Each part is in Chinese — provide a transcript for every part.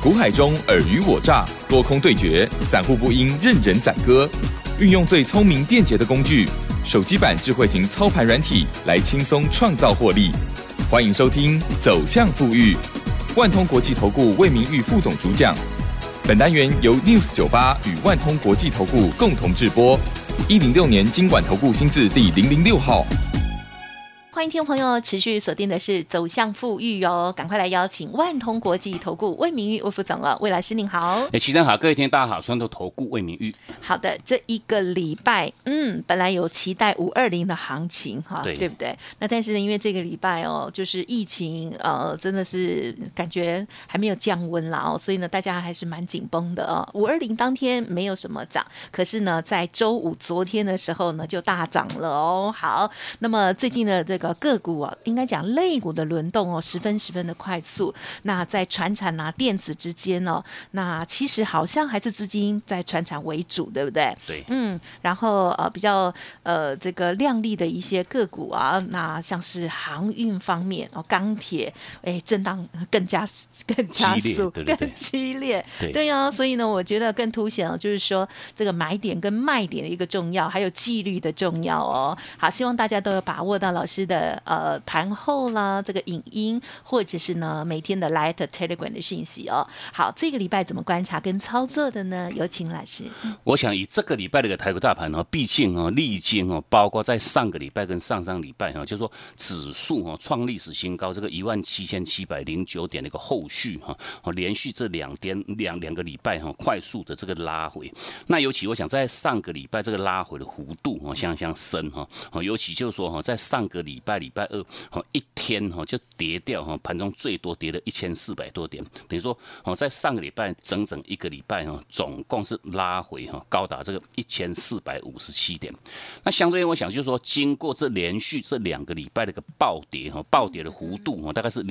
股海中尔虞我诈，多空对决，散户不应任人宰割。运用最聪明便捷的工具，手机版智慧型操盘软体来轻松创造获利。欢迎收听《走向富裕》，万通国际投顾魏明玉副总主讲。本单元由 News98 与万通国际投顾共同制播。106年金管投顾新字第006号。 欢迎听众朋友持续锁定的是走向富裕哦，赶快来邀请万通国际投顾魏明玉魏副总了，魏老师您好。 齐生好，各位听大家好，双头投顾魏明玉。 好的，这一个礼拜，本来有期待520的行情哈，对不对？那但是呢，因为这个礼拜哦，就是疫情真的是感觉还没有降温啦哦，所以呢，大家还是蛮紧绷的哦。520当天没有什么涨，可是呢，在周五昨天的时候呢，就大涨了哦。好，那么最近的这个个股啊，应该讲类股的轮动哦，十分的快速。那在传产啊、电子之间哦，那其实好像还是资金在传产为主，对不对？ 对， 然后比较这个亮丽的一些个股啊，那像是航运方面哦，钢铁震荡更加速、更激烈，对啊，所以呢，我觉得更凸显了就是说这个买点跟卖点的一个重要，还有纪律的重要哦。好，希望大家都有把握到老师的盘后啦，这个影音或者是呢每天的 Light Telegram 的讯息哦。好，这个礼拜怎么观察跟操作的呢？有请老师。 我想以这个礼拜的一个台股大盘哦，毕竟哦历经哦，包括在上个礼拜跟上礼拜就是说指数哦创历史新高，这个17709点的一个后续哈，连续这两个礼拜哈快速的这个拉回。那尤其我想在上个礼拜这个拉回的幅度哦相当深哈，尤其就是说在上个礼拜二一天就跌掉盘中最多跌了1400多点，等于说在上个礼拜整一个礼拜总共是拉回高达这个1457点。那相对我想就是说，经过这连续这2个礼拜的一个暴跌的幅度大概是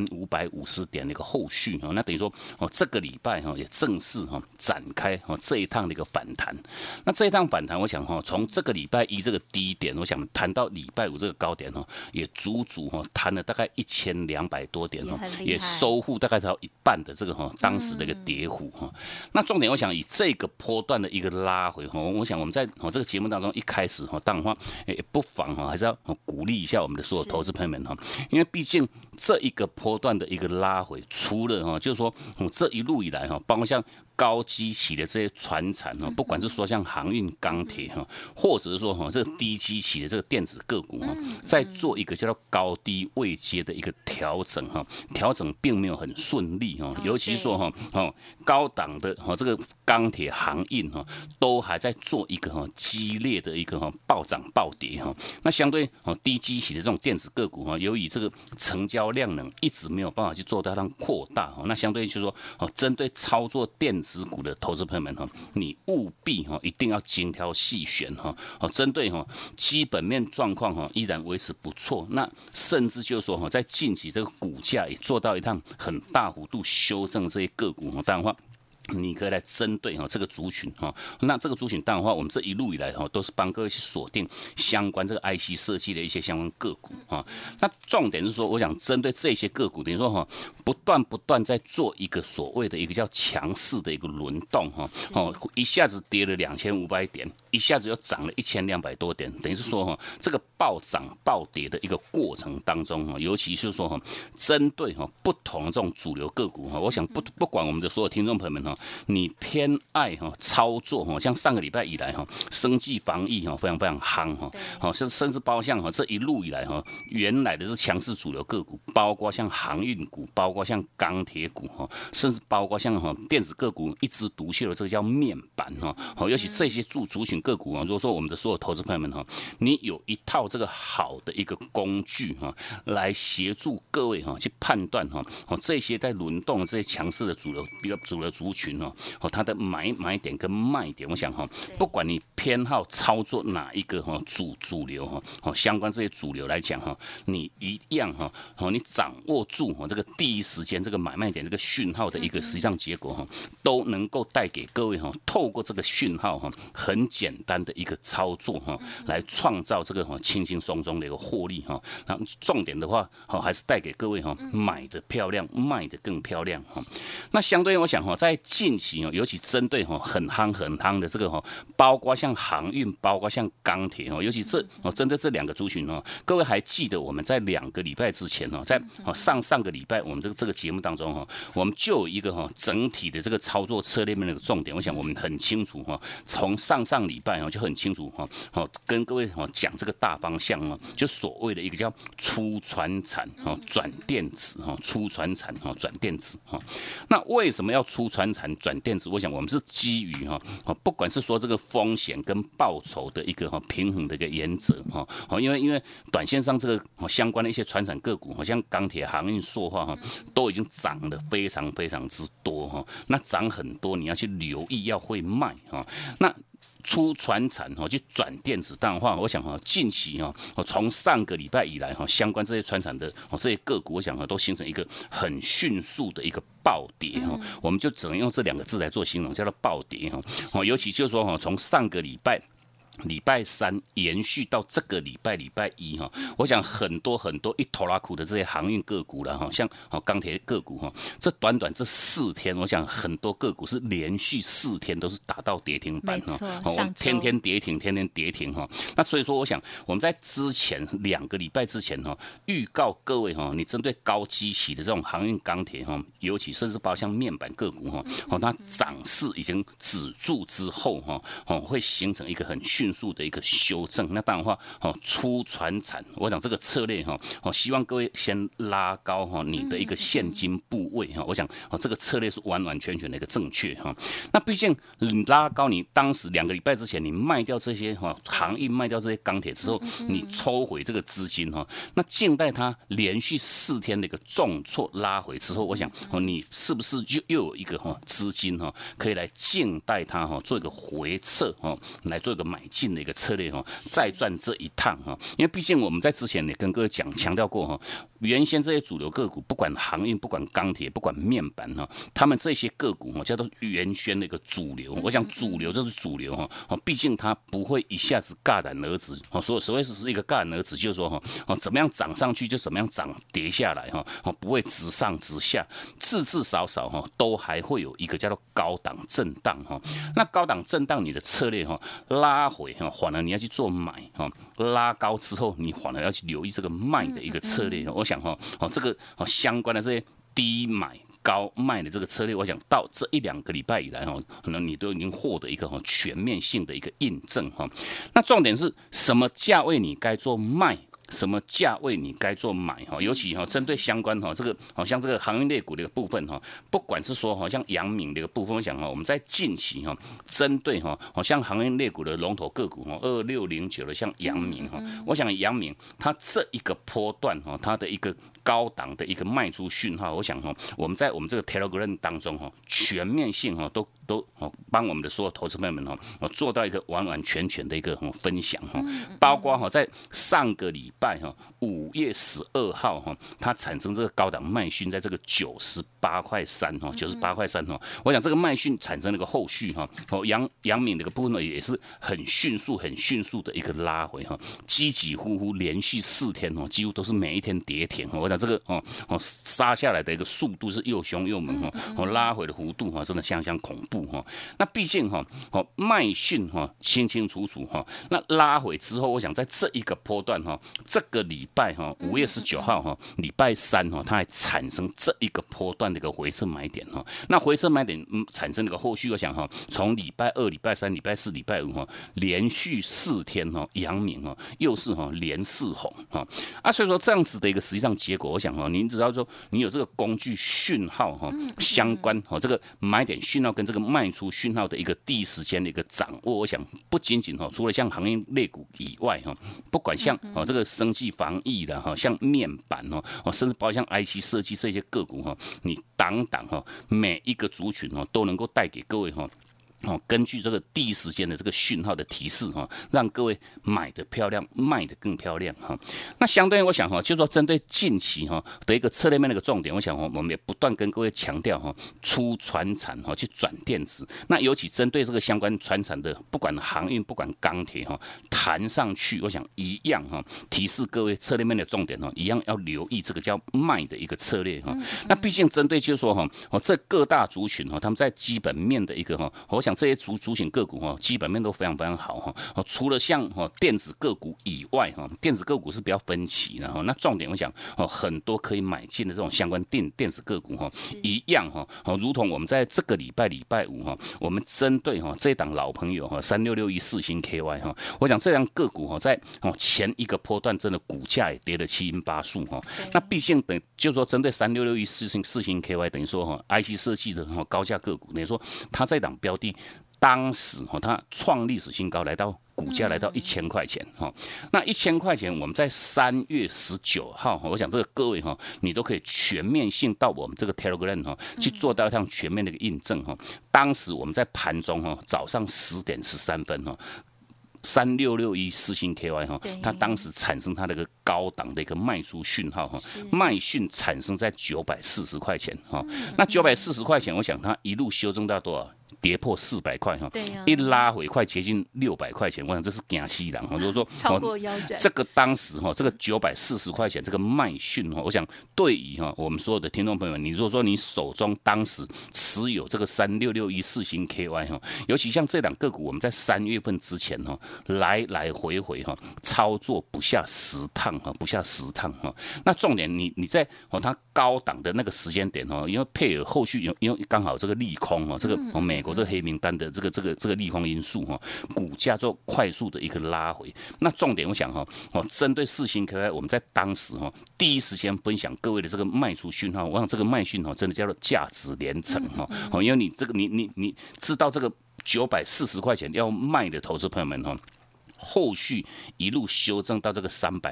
2550点的一个后续，那等于说这个礼拜也正式展开这一趟的一个反弹。那这一趟反弹，我想从这个礼拜一这个低点，我想谈到礼拜五这个高点也足弹了大概1200多点，也收复大概超一半的这个当时的一个跌幅。那重点我想以这个波段的一个拉回，我想我们在这个节目当中一开始当然话也不妨还是要鼓励一下我们的所有投资朋友们，因为毕竟这一个波段的一个拉回，除了就是说这一路以来包括像高基期的这些传产不管是说像航运、钢铁或者是说这个低基期的这个电子个股在做一个叫做高低位阶的一个调整调整并没有很顺利尤其是说高档的这个钢铁、航运都还在做一个激烈的一个暴涨暴跌那相对低基期的这种电子个股由于这个成交量能一直没有办法去做到让扩大那相对就是说针对操作电子股的投资朋友们你务必一定要精挑细选针对基本面状况依然维持不错，那甚至就是说在近期这个股价也做到一趟很大幅度修正这些个股当然话你可以来针对这个族群那这个族群当然话，我们这一路以来都是帮各位去锁定相关这个 IC 设计的一些相关个股那重点是说，我想针对这些个股，等于说不断在做一个所谓的一个叫强势的一个轮动一下子跌了2500点，一下子又涨了1200多点，等于是说这个暴涨暴跌的一个过程当中尤其是说针对不同的这种主流个股我想不管我们的所有听众朋友们你偏爱操作像上个礼拜以来生技防疫非常夯甚至包括像这一路以来原来的是强势主流个股，包括像航运股，包括像钢铁股甚至包括像电子个股一枝独秀的这个叫面板尤其这些族群个股如果说我们的所有投资朋友们你有一套这个好的一个工具来协助各位去判断这些在轮动的这些强势的主流族群群它的买点跟卖点，我想不管你偏好操作哪一个主流相关这些主流来讲你一样你掌握住这个第一时间这个买卖点这个讯号的一个实际上结果都能够带给各位透过这个讯号很简单的一个操作来创造这个轻轻松松的一个获利那重点的话还是带给各位买的漂亮，卖的更漂亮那相对我想在近期尤其针对很夯的这个包括像航运，包括像钢铁尤其针对这两个族群各位还记得我们在2个礼拜之前在上个礼拜我们这个节目当中我们就有一个整体的这个操作策略面的重点，我想我们很清楚从上礼拜就很清楚跟各位讲这个大方向就所谓的一个叫出传产转电子出传产转电子那为什么要出传产转电子？我想我们是基于不管是说这个风险跟报酬的一个平衡的一个原则因为短线上这个相关的一些传产个股像钢铁、航运、塑化都已经涨得非常非常之多那涨很多你要去留意，要会卖那出传产去转电子淡化，我想近期从上个礼拜以来相关这些传产的这些个股，我想都形成一个很迅速的一个暴跌我们就只能用这2个字来做形容，叫做暴跌尤其就是说从上个礼拜3延续到这个礼拜1我想很多一头拉苦的这些航运个股啦像钢铁个股这短这4天，我想很多个股是连续4天都是打到跌停板天天跌停那所以说我想我们在之前2个礼拜之前预告各位你针对高基期的这种航运钢铁尤其甚至包括像面板个股它涨势已经止住之后会形成一个很迅速的一个修正。那当然的话出传产，我想这个策略希望各位先拉高你的一个现金部位我想这个策略是完全的一个正确那毕竟你拉高，你当时2个礼拜之前你卖掉这些航运，卖掉这些钢铁之后，你抽回这个资金那静待它连续4天的一个重挫拉回之后，我想你是不是又有一个资金可以来静待它做一个回撤来做一个买进的一个策略再赚这一趟因为毕竟我们在之前也跟各位强调过原先这些主流个股，不管航运、不管钢铁、不管面板他们这些个股叫做原先的一个主流。我想主流就是主流毕竟它不会一下子戛然而止所谓是一个戛然而止，就是说怎么样涨上去就怎么样跌下来不会直上直下，至少都还会有一个叫做高档震荡那高档震荡你的策略拉回反而你要去做买拉高之后你反而要去留意这个卖的一个策略我想这个相关的这些低买高卖的这个策略，我想到这1-2个礼拜以来可能你都已经获得一个全面性的一个印证那重点是什么价位你该做卖，什么价位你该做买尤其针对相关这个像这个航运类股的一个部分不管是说像阳明的一个部分，我想我们在近期针对像航运类股的龙头个股2609的像阳明我想阳明它这一个波段它的一个高档的一个卖出讯号，我想我们在我们这个 Telegram 当中全面性都帮我们的所有投资朋友们做到一个完全的一个分享包括在上个礼拜5月12号它产生这个高档卖讯，在这个98.3块3我想这个卖讯产生了一个后续阳明的一个部分也是很迅速的一个拉回几乎连续4天几乎都是每一天跌停我想这个杀下来的一个速度是又凶又猛拉回的幅度真的相当恐怖那毕竟卖讯清楚那拉回之后，我想在这一个波段这个礼拜5月19号礼拜3它还产生这一个波段的一个回撤买点那回撤买点产生的一个后续，我想从礼拜2、礼拜3、礼拜4、礼拜5连续4天阳明又是连4红所以说这样子的一个实际上结果，我想您知道说你有这个工具讯号相关这个买点讯号跟这个卖出讯号的一个第一时间的一个掌握，我想不仅仅除了像航运类股以外不管像这个生技防疫啦哈，像面板哦，甚至包括像 IC 设计这些个股哈，你档每一个族群都能够带给各位根据这个第一时间的这个讯号的提示让各位买得漂亮，卖得更漂亮那相对我想就是说针对近期的一个策略面的一个重点，我想我们也不断跟各位强调出传产去转电子。那尤其针对这个相关传产的，不管航运，不管钢铁弹上去，我想一样提示各位策略面的重点一样要留意这个叫卖的一个策略那毕竟针对就是说这各大族群他们在基本面的一个我想这些族群个股基本面都非常非常好除了像电子个股以外电子个股是比较分歧的那重点我想很多可以买进的这种相关电子个股一样如同我们在这个礼拜五我们针对这档老朋友3661世芯 KY 我想这样个股在前一个波段真的股价也跌了7阴8素那毕竟就是说针对3661世芯 KY 等于说IC 设计的高价个股，等于说它这档标的当时它创历史新高，股价来到1000块钱那1000块钱我们在3月19号我想这个各位你都可以全面性到我们这个 Telegram 去做到一趟全面的一个印证当时我们在盘中早上10点13分3661世芯 KY 它当时产生它的一个高档的一个卖出讯号卖讯产生在940块钱那940块钱我想它一路修正到多少？跌破400块一拉回快接近600块钱，我想这是惊死人如果说超过腰斩， 这个当时这个940块钱这个卖讯我想对于我们所有的听众朋友们，你如果说你手中当时持有这个3661世芯 KY 尤其像这档个股，我们在3月份之前来回操作不下10趟那重点你在它高档的那个时间点因为配合后续因为刚好这个利空这个美国这个黑名单的这个利空因素股价做快速的一个拉回。那重点我想针对世芯 KY 我们在当时第一时间分享各位的这个卖出讯号，我想这个卖讯真的叫做价值连城因为你这个你知道这个940块钱要卖的投资朋友们后续一路修正到这个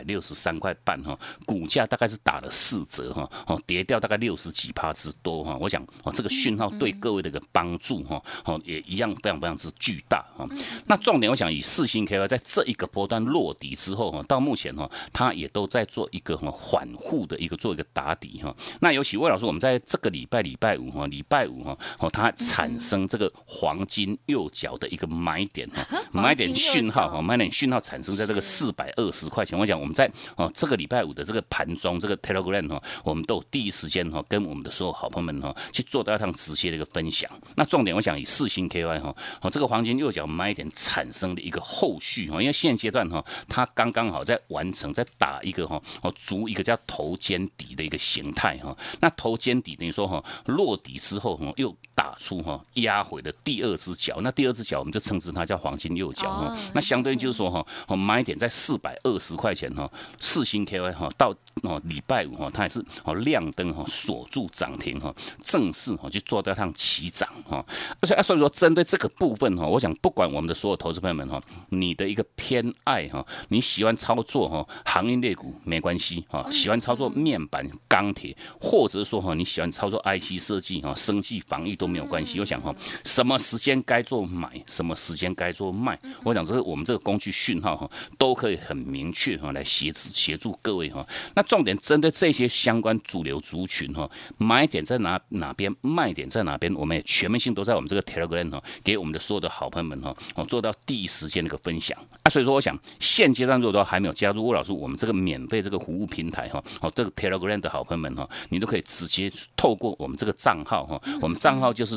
363块半股价大概是打了4折跌掉大概60几%之多我想这个讯号对各位的一个帮助也一样非常非常之巨大那重点我想以世芯 KY 在这一个波段落底之后到目前它也都在做一个缓护的一个做一个打底那尤其魏老师我们在这个礼拜五它产生这个黄金右脚的一个买点讯号讯号产生在这个420块钱，我讲我们在这个礼拜五的这个盘中这个 Telegram 我们都有第一时间跟我们的所有好朋友们去做到一趟直接的一个分享。那重点我想以世芯 KY 这个黄金右脚买点产生的一个后续因为现阶段它刚刚好在完成在打一个逐一个叫头肩底的一个形态那头肩底等于说落底之后又打出压回的第二只脚，那第二只脚我们就称之它叫黄金右脚那相对就是说买点在420块钱世芯 KY 到礼拜五它也是亮灯锁住涨停正式去做到一趟起涨所以说针对这个部分我想不管我们的所有投资朋友们你的一个偏爱你喜欢操作航运类股没关系喜欢操作面板钢铁，或者说你喜欢操作 IC 设计生技防御都没有关系。我想什么时间该做买，什么时间该做卖，我想这个我们这个工具讯号都可以很明确来协助各位那重点针对这些相关主流族群买点在哪边，卖点在哪边，我们也全面性都在我们这个 Telegram 给我们的所有的好朋友们做到第一时间的一个分享所以说我想现阶段如果都还没有加入魏老师我们这个免费这个服务平台这个 Telegram 的好朋友们你都可以直接透过我们这个账号我们账号就是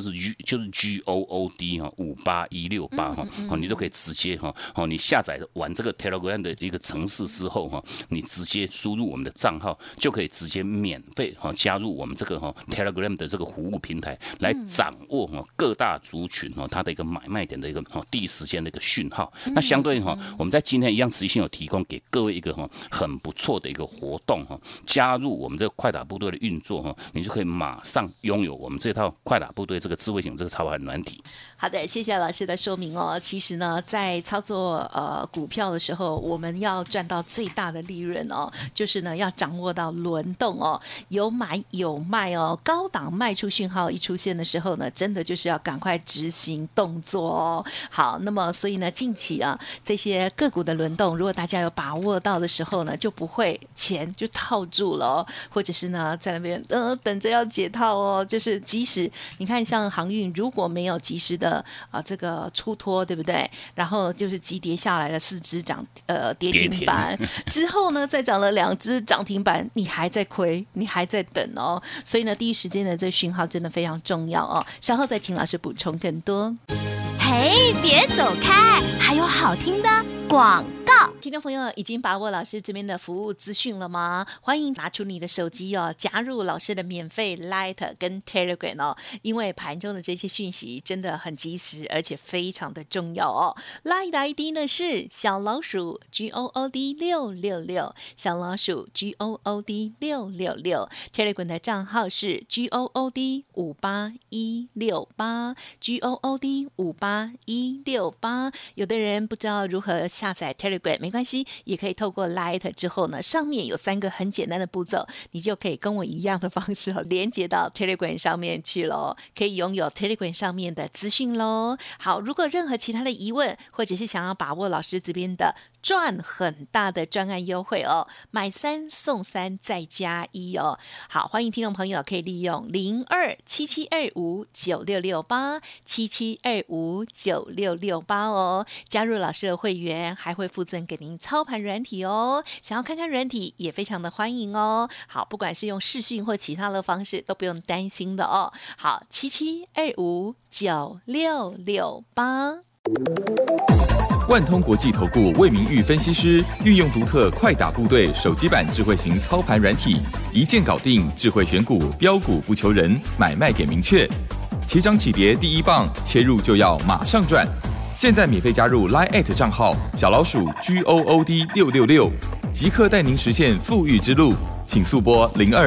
GOOD 58168你都可以直接你下载完这个 Telegram 的一个程式之后你直接输入我们的账号就可以直接免费加入我们这个 Telegram 的这个服务平台，来掌握各大族群它的一个买卖点的一个第一时间的一个讯号那相对我们在今天一样持续性有提供给各位一个很不错的一个活动加入我们这个快打部队的运作你就可以马上拥有我们这套快打部队这个智慧型这个操盘软体。 好的，谢谢老师的说明其实呢在操作股票的时候，我们要赚到最大的利润哦，就是呢要掌握到轮动哦，有买有卖哦，高档卖出讯号一出现的时候呢，真的就是要赶快执行动作哦。好，那么所以呢，近期啊这些个股的轮动，如果大家有把握到的时候呢，就不会钱就套住了哦，或者是呢在那边等着要解套哦，就是即使你看像航运如果没有及时的这个出脱，对不对？然后就是急跌下来了4只跌停板之后呢，再涨了2只涨停板，你还在亏，你还在等哦。所以呢，第一时间的这个讯号真的非常重要哦。稍后再请老师补充更多。 嘿，别走开，还有好听的广告。 听众朋友已经把握老师这边的服务资讯了吗？欢迎拿出你的手机哦，加入老师的免费 Line 跟 Telegram 哦，因为盘中的这些讯息真的很及时，而且非常的重要哦。Line 的 ID 呢是小老鼠 GOOD666， 小老鼠 GOOD666， Telegram 的账号是 GOOD58168 GOOD58168。有的人不知道如何下载 Telegram， 没关系，也可以透过 Light 之后呢，上面有3个很简单的步骤，你就可以跟我一样的方式连接到 Telegram 上面去咯，可以拥有 Telegram 上面的资讯咯。好，如果任何其他的疑问，或者是想要把握老师这边的赚很大的专案优惠哦，买3送3再加1哦。好，欢迎听众朋友可以利用0277259668 77259668哦，加入老师的会员，还会附赠给您操盘软体哦。想要看看软体也非常的欢迎哦。好，不管是用视讯或其他的方式都不用担心的哦。好，77259668。 万通国际投顾魏明玉分析师运用独特快打部队手机版智慧型操盘软体，一键搞定智慧选股，标股不求人，买卖给明确，起涨起跌第一棒，切入就要马上赚。现在免费加入 Line@ 账号小老鼠 GOOD666， 即刻带您实现富裕之路，请速拨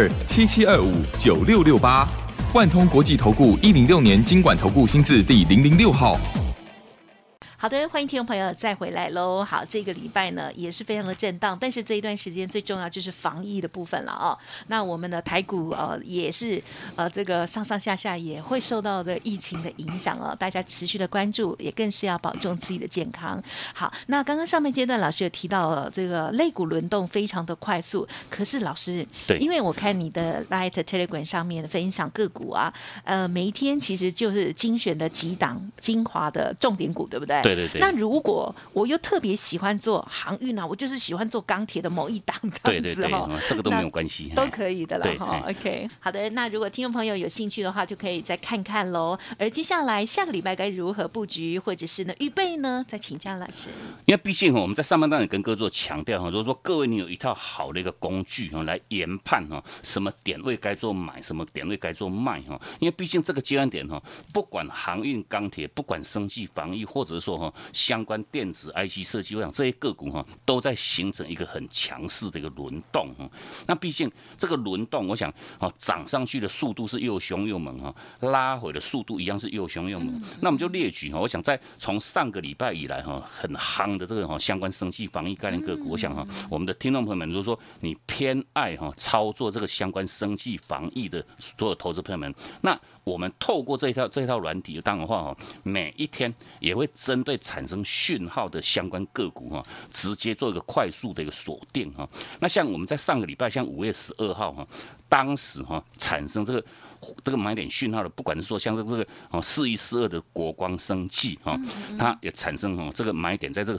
0277259668。万通国际投顾106年金管投顾新字第006号。 好的，欢迎听众朋友再回来喽。好，这个礼拜呢也是非常的震荡，但是这一段时间最重要就是防疫的部分了哦。那我们的台股也是这个上上下下也会受到的疫情的影响哦，大家持续的关注，也更是要保重自己的健康。好，那刚刚上面阶段老师有提到了这个类股轮动非常的快速，可是老师，对，因为我看你的 Light Telegram 上面分享个股啊，每一天其实就是精选的几档精华的重点股，对不对？ 对对对。 那如果我又特别喜欢做航运啊，我就是喜欢做钢铁的某一档这样子哈， 这个都没有关系， 都可以的了哈。OK， 好的，那如果听众朋友有兴趣的话，就可以再看看喽。而接下来下个礼拜该如何布局，或者是呢预备呢？再请教老师。 因为毕竟我们在上半段也跟各位做强调哈，如果说各位你有一套好的一个工具来研判什么点位该做买，什么点位该做卖哈。因为毕竟这个阶段点不管航运、钢铁，不管生技、防疫，或者说相关电子 IC 设计，我想这些个股都在形成一个很强势的一个轮动。那毕竟这个轮动，我想涨上去的速度是又凶又猛，拉回的速度一样是又凶又猛。那我们就列举，我想在从上个礼拜以来很夯的这个相关生技防疫概念个股，我想我们的听众朋友们，如果说你偏爱操作这个相关生技防疫的所有投资朋友们，那我们透过这一套软体，当然的话每一天也会针对产生讯号的相关个股直接做一个快速的一个锁定。那像我们在上个礼拜，像5月12号当时产生这个买点讯号的，不管是说像这个4142的国光生技它也产生这个买点在这个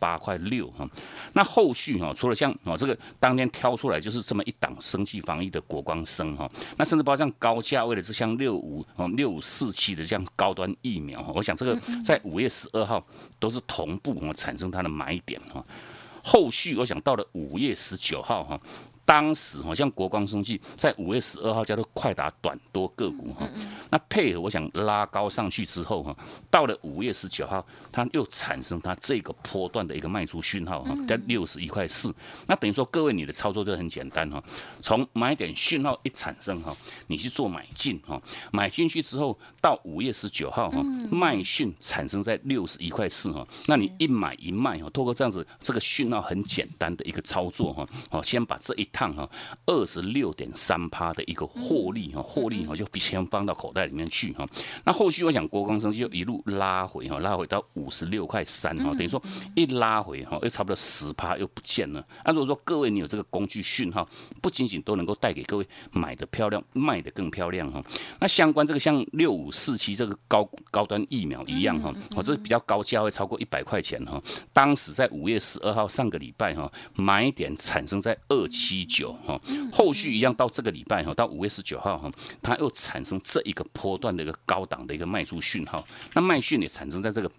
48.6块。那后续除了像这个当天挑出来就是这么一档生技防疫的国光生那甚至包括像高价位的是像6547的这样高端疫苗，我想这个在5月12号都是同步产生它的买点。后续我想到了5月19号当时像国光生技在5月12号叫做快打短多个股那配合我想拉高上去之后到了5月19号，它又产生它这个波段的一个卖出讯号在61.4块。那等于说各位你的操作就很简单从买点讯号一产生你去做买进买进去之后到5月19号卖讯产生在61.4块，那你一买一卖透过这样子这个讯号很简单的一个操作先把这一趟26.3%的一个获利就先放到口袋里面去那后续我想国光生技就一路拉回到56.3块，等于说一拉回又差不多10%又不见了。那如果说各位你有这个工具讯号，不仅仅都能够带给各位买的漂亮，卖的更漂亮那相关这个像6547这个高端疫苗一样这是比较高价位超过100块钱当时在5月12号上个礼拜买点产生在279后续一样到这个礼拜到5月19号它又产生这一个波段的一个高档的一个卖出讯号，那卖讯也产生在这个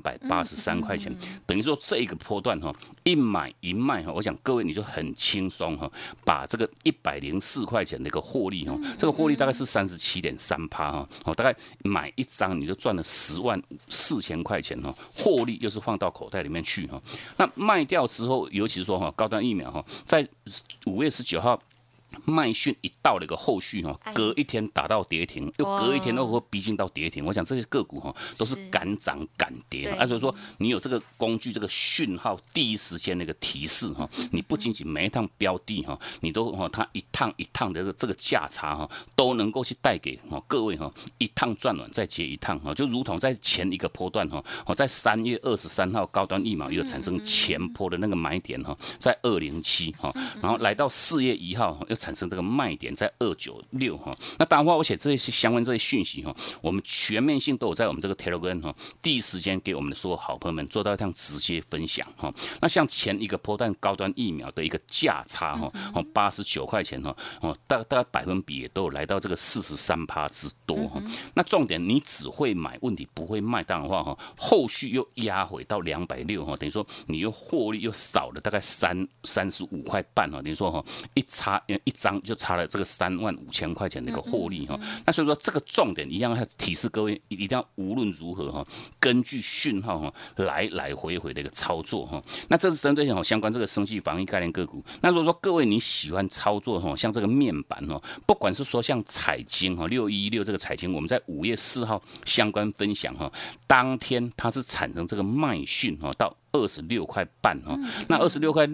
383块钱，等于说这一个波段一买一卖我想各位你就很轻松把这个104块钱的一个获利这个获利大概是37.3%大概买一张你就赚了10.4万块钱获利又是放到口袋里面去那卖掉之后，尤其是说高端疫苗在5月19号。卖讯一到了一个后续隔一天打到跌停，又隔一天又会逼近到跌停。我想这些个股都是敢涨敢跌所以说你有这个工具这个讯号第一时间的一个提示你不仅仅每一趟标的你都它一趟一趟的这个价差都能够去带给各位一趟赚完再接一趟就如同在前一个波段在3月23号高端疫苗又产生前波的那个买点在207然后来到4月1号又产生这个卖点在296那当然话，我写这些相关这些讯息我们全面性都有在我们这个 Telegram 第一时间给我们的所有好朋友们做到一趟直接分享那像前一个波段高端疫苗的一个价差89块钱大概百分比也都有来到这个43%之多那重点你只会买，问题不会卖，当然话后续又压回到260等于说你又获利又少了大概35块半等于说一张就差了这个35000块钱的一个获利那所以说这个重点一样要提示各位，一定要无论如何根据讯号来回的一个操作那这是针对相关这个生技防疫概念个股。那如果说各位你喜欢操作像这个面板不管是说像彩晶6116这个彩晶，我们在5月4号相关分享当天它是产生这个卖讯到26块半那26块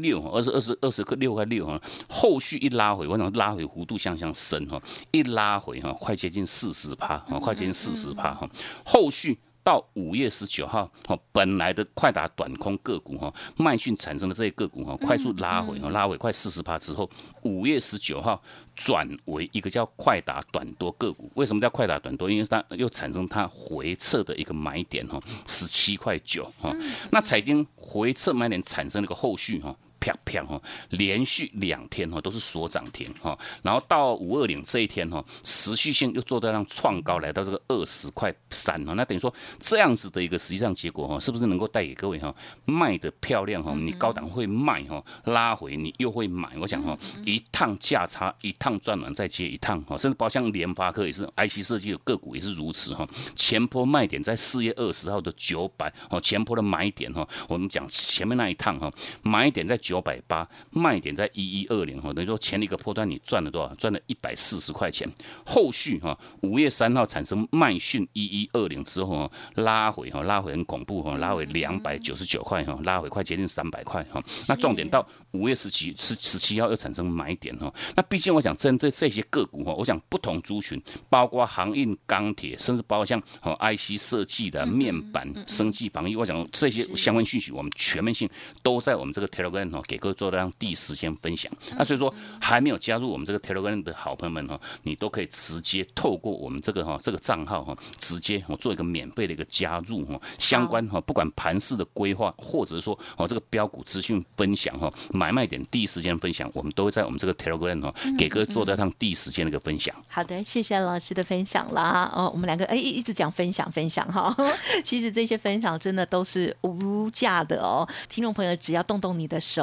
6，26块6后续一拉回，我想拉回幅度相当深一拉回快接近40%快接近40%后续。到5月19号本来的快打短空个股卖讯产生的这些个股快速拉回快40%之后，5月19号转为一个叫快打短多个股。为什么叫快打短多？因为它又产生它回撤的一个买点17.9块那彩晶回撤买点产生了一个后续啪啪连续2天都是锁涨停然后到520这一天持续性又做到让创高来到这个20.3块那等于说这样子的一个实际上结果是不是能够带给各位卖的漂亮你高档会卖拉回你又会买，我想一趟价差一趟赚完再接一趟甚至包括像联发科也是 IC 设计的个股也是如此前波卖点在4月20号的900前波的买点我们讲前面那一趟买点在980，卖点在1120等于说前一个波段你赚了多少？赚了140块钱。后续5月3号产生卖讯1120之后拉回很恐怖拉回299块拉回快接近300块那重点到5月17号又产生买点那毕竟我想针对这些个股我想不同族群，包括航运、钢铁，甚至包括像IC 设计的面板、生技防疫，我想这些相关讯息我们全面性都在我们这个 Telegram给各位做到让第一时间分享那所以说还没有加入我们这个 Telegram 的好朋友们你都可以直接透过我们这个账号直接做一个免费的一个加入相关不管盘势的规划，或者说这个标股资讯分享买卖点第一时间分享，我们都会在我们这个 Telegram 给各位做到让第一时间的一个分享。 好的，谢谢老师的分享啦我们两个一直讲分享其实这些分享真的都是无价的听众朋友只要动动你的手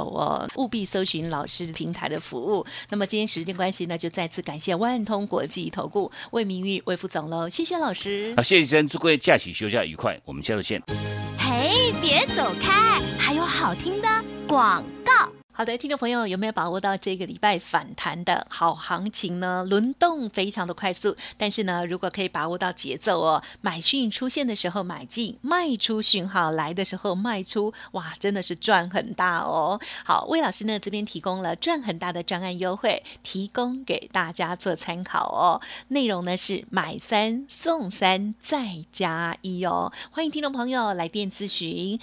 哦，务必搜寻老师平台的服务。那么今天时间关系呢，就再次感谢万通国际投顾魏明玉魏副总喽，谢谢老师。 好，谢谢先，祝各位假期休假愉快，我们下周见。 嘿，别走开，还有好听的广告。 好的，听众朋友有没有把握到这个礼拜反弹的好行情呢？轮动非常的快速，但是呢，如果可以把握到节奏哦，买讯出现的时候买进，卖出讯号来的时候卖出，哇，真的是赚很大哦。好，魏老师呢这边提供了赚很大的专案优惠，提供给大家做参考哦。内容呢是买3送3再加1哦。欢迎听众朋友来电咨询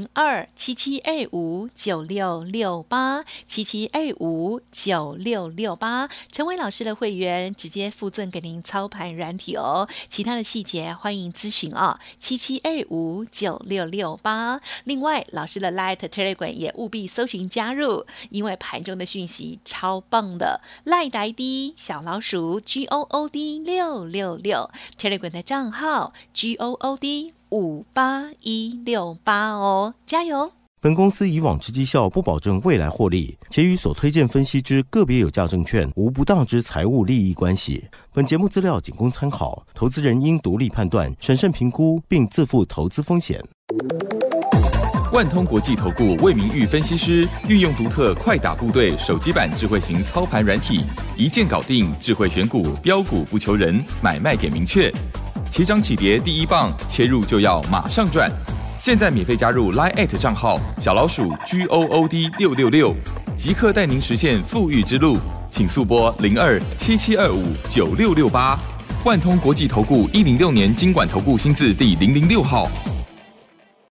02-7725-9668。7725-9668，成为老师的会员，直接附赠给您操盘软体哦。其他的细节欢迎咨询哦。7725-9668。另外，老师的 Light Telegram 也务必搜寻加入，因为盘中的讯息超棒的。Light ID 小老鼠 GOOD666 Telegram 的账号 GOOD58168哦，加油！ 本公司以往之绩效不保证未来获利，且与所推荐分析之个别有价证券无不当之财务利益关系。本节目资料仅供参考，投资人应独立判断、审慎评估，并自负投资风险。 万通国际投顾魏明玉分析师运用独特快打部队手机版智慧型操盘软体，一键搞定智慧选股，标股不求人，买卖给明确。起涨起跌第一棒，切入就要马上赚。现在免费加入 Line@ 账号小老鼠 GOOD666， 即刻带您实现富裕之路。请速拨02-7725-9668。万通国际投顾106年金管投顾新字第006号。